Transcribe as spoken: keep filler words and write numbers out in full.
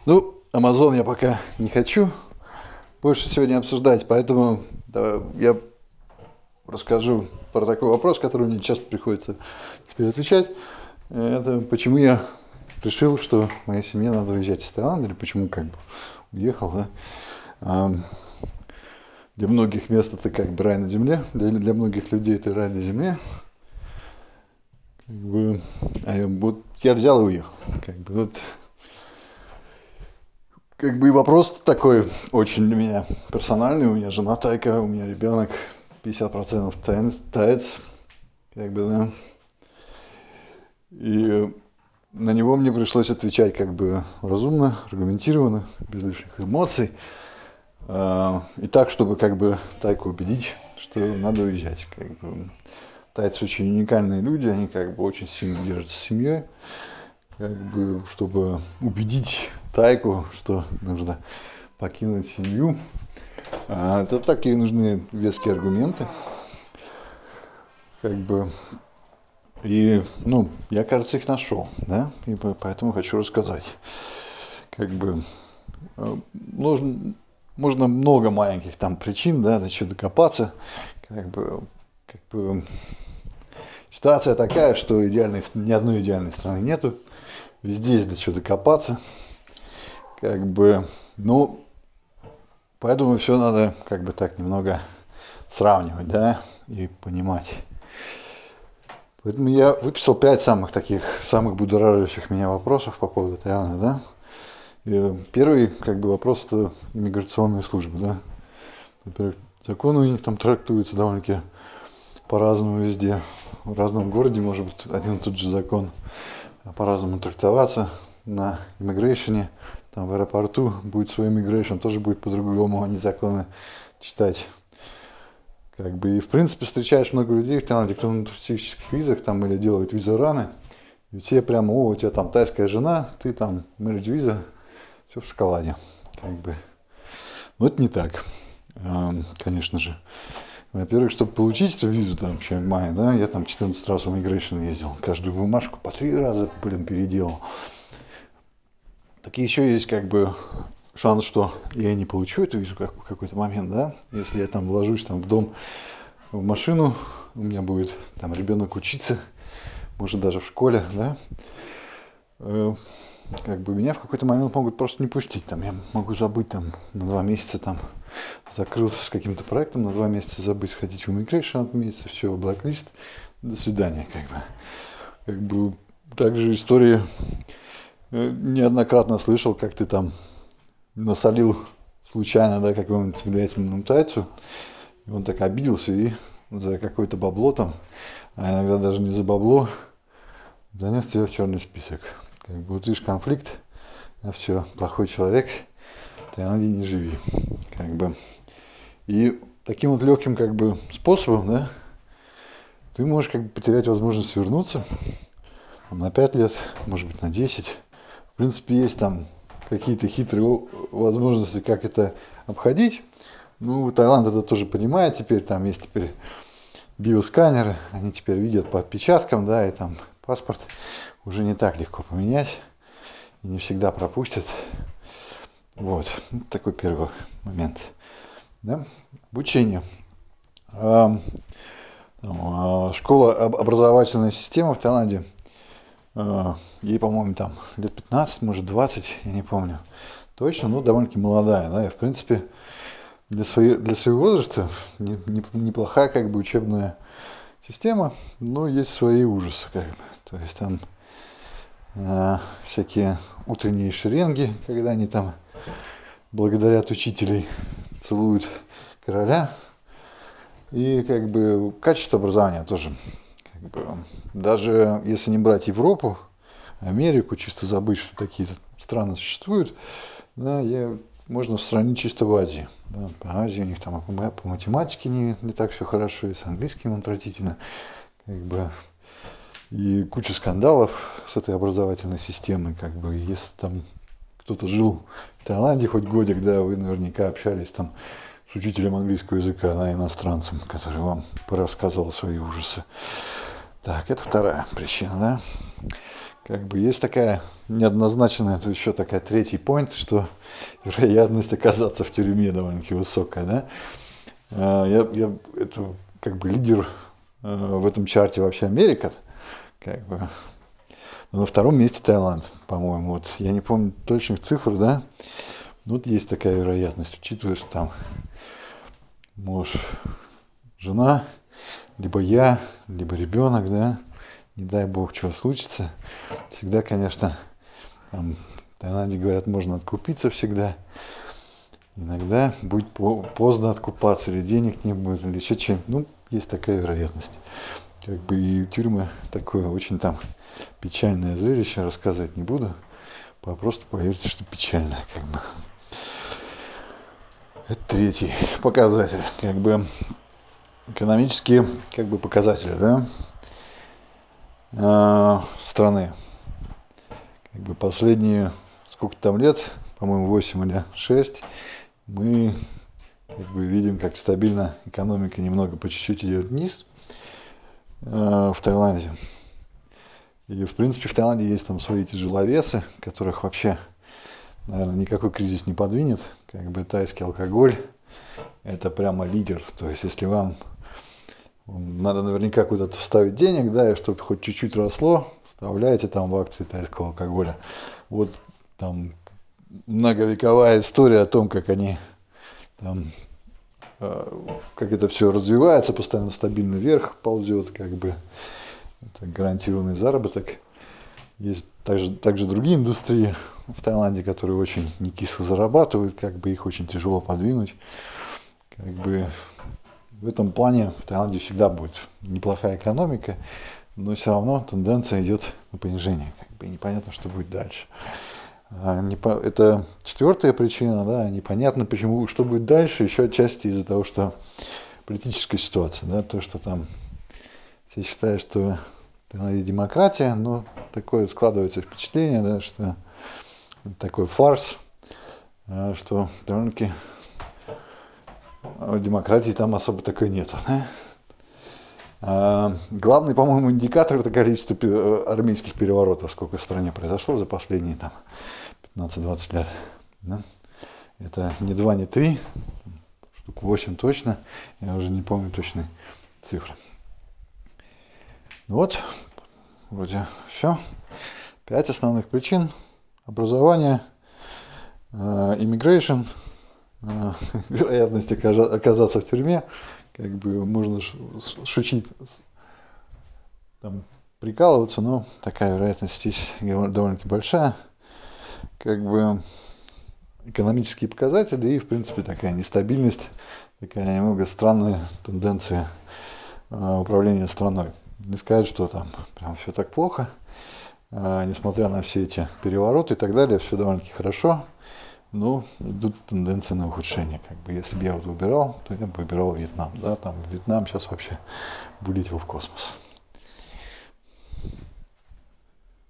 Ну, Amazon я пока не хочу больше сегодня обсуждать, поэтому да, я расскажу про такой вопрос, который мне часто приходится теперь отвечать. Это почему я решил, что моей семье надо уезжать из Таиланда, или почему как бы уехал, да. А, Для многих мест это как бы рай на земле, для, для многих людей это рай на земле. Как бы, а я, вот я взял и уехал. Как бы, вот, как бы и вопрос такой очень для меня персональный. У меня жена тайка, у меня ребенок пятьдесят процентов таец, таец, как бы, да. И на него мне пришлось отвечать как бы разумно, аргументированно, без лишних эмоций. И так, чтобы как бы тайку убедить, что надо уезжать. Как бы. Тайцы очень уникальные люди, они как бы очень сильно держатся семьей. Как бы, чтобы убедить тайку, что нужно покинуть семью. Это такие нужны веские аргументы. Как бы. И, ну, я, кажется, их нашел, да, и поэтому хочу рассказать. Как бы, нужно, можно много маленьких там причин, да, зачем докопаться. Как бы, как бы, ситуация такая, что идеальной, ни одной идеальной страны нету. Везде есть до чего докопаться. Как бы, ну, поэтому все надо как бы так немного сравнивать, да, и понимать. Поэтому я выписал пять самых таких, самых будоражащих меня вопросов по поводу Таиланда, да. И первый, как бы, вопрос, это иммиграционные службы, да. Во-первых, законы у них там трактуются довольно-таки по-разному везде. В разном городе может быть один и тот же закон по-разному трактоваться. На иммигрейшене, там в аэропорту будет свой иммигрейшн, тоже будет по-другому, они законы читать. Как бы, и в принципе встречаешь много людей в Таиланде, кто на туристических визах там или делают визараны, и все прямо, о, у тебя там тайская жена, ты там marriage виза, все в шоколаде. Как бы. Но это не так, конечно же. Во-первых, чтобы получить эту визу там в Чангмае, да, я там четырнадцать раз в Immigration ездил, каждую бумажку по три раза, блин, переделал. Так еще есть как бы шанс, что я не получу эту визу как, в какой-то момент, да, если я там вложусь там в дом, в машину, у меня будет там ребенок учиться, может даже в школе, да, э, как бы меня в какой-то момент могут просто не пустить, там я могу забыть там на два месяца там закрылся с каким-то проектом, на два месяца забыть сходить в immigration от месяца, все, блэк-лист, до свидания, как бы. Как бы также истории неоднократно слышал, как ты там насолил случайно, да, какому-нибудь влиятельному тайцу, и он так обиделся и за какое-то бабло там, а иногда даже не за бабло, занес тебя в черный список. Как бы вот видишь конфликт, а все, плохой человек, в Таиланде не живи. Как бы. И таким вот легким как бы способом, да, ты можешь как бы потерять возможность вернуться там, на пять лет, может быть на десять. В принципе, есть там какие-то хитрые возможности, как это обходить. Ну, Таиланд это тоже понимает теперь, там есть теперь биосканеры, они теперь видят по отпечаткам, да, и там паспорт уже не так легко поменять, и не всегда пропустят. Вот, это такой первый момент. Да? Обучение. А, там, школа, образовательная система в Таиланде, ей, по-моему, там лет пятнадцать, может двадцать, я не помню точно, но довольно-таки молодая, да, и, в принципе, для, своей, для своего возраста не, не, неплохая как бы учебная система, но есть свои ужасы, как бы, то есть там э, всякие утренние шеренги, когда они там благодарят учителей, целуют короля, и как бы качество образования тоже. Как бы, даже если не брать Европу, Америку, чисто забыть, что такие страны существуют, да, я, можно сравнить чисто в Азии. Да, по Азии у них там по математике не, не так все хорошо, и с английским отвратительно. Как бы, и куча скандалов с этой образовательной системой. Как бы, если там кто-то жил в Таиланде хоть годик, да, вы наверняка общались там с учителем английского языка, да, иностранцем, который вам порассказывал свои ужасы. Так, это вторая причина, да. как бы есть такая неоднозначная, это еще такая третий point, что вероятность оказаться в тюрьме довольно-таки высокая, да. А, Я, я это как бы лидер э, в этом чарте вообще Америка, как бы. Но на втором месте Таиланд, по-моему. Вот я не помню точных цифр, да. Ну, вот есть такая вероятность, учитывая, что там муж, жена, либо я, либо ребенок, да. Не дай бог, чего случится. Всегда, конечно, там, в Таиланде говорят, можно откупиться всегда. Иногда будет по- поздно откупаться, или денег не будет, или еще что-нибудь. Ну, есть такая вероятность. Как бы и тюрьмы такое очень там печальное зрелище, рассказывать не буду. Просто поверьте, что печальное, как бы. Это третий показатель, как бы экономические, как бы показатели, да, а, страны. Как бы последние сколько там лет, по-моему, восемь или шесть, мы как бы видим, как стабильно экономика немного по чуть-чуть идет вниз э, в Таиланде. И, в принципе, в Таиланде есть там свои тяжеловесы, которых вообще, наверное, никакой кризис не подвинет. Как бы тайский алкоголь – это прямо лидер. То есть, если вам надо наверняка куда-то вставить денег, да, и чтобы хоть чуть-чуть росло, вставляете там в акции тайского алкоголя. Вот там многовековая история о том, как они там, как это все развивается, постоянно стабильно вверх ползет, как бы это гарантированный заработок. Есть также, также другие индустрии в Таиланде, которые очень не кисло зарабатывают, как бы их очень тяжело подвинуть. Как бы в этом плане в Таиланде всегда будет неплохая экономика, но все равно тенденция идет на понижение, как бы непонятно, что будет дальше. Это четвертая причина, да, непонятно, почему, что будет дальше, еще отчасти из-за того, что политическая ситуация, да, то, что там все считают, что это демократия, но такое складывается впечатление, да, что такой фарс, что довольно-таки демократии там особо такой нету. Да? А главный, по-моему, индикатор – это количество армейских переворотов, сколько в стране произошло за последние там пятнадцать-двадцать лет. Да? Это не два, не три, штук восемь точно, я уже не помню точные цифры. Вот, вроде все. Пять основных причин. Образование, immigration, вероятность оказаться в тюрьме, как бы можно шутить, там, прикалываться, но такая вероятность здесь довольно-таки большая. Как бы экономические показатели и, в принципе, такая нестабильность, такая немного странная тенденция управления страной. Не сказать, что там прям все так плохо, а, несмотря на все эти перевороты и так далее, все довольно-таки хорошо, но идут тенденции на ухудшение. Как бы, если бы я вот выбирал, то я бы выбирал Вьетнам. Да, там Вьетнам сейчас вообще вылетел в космос.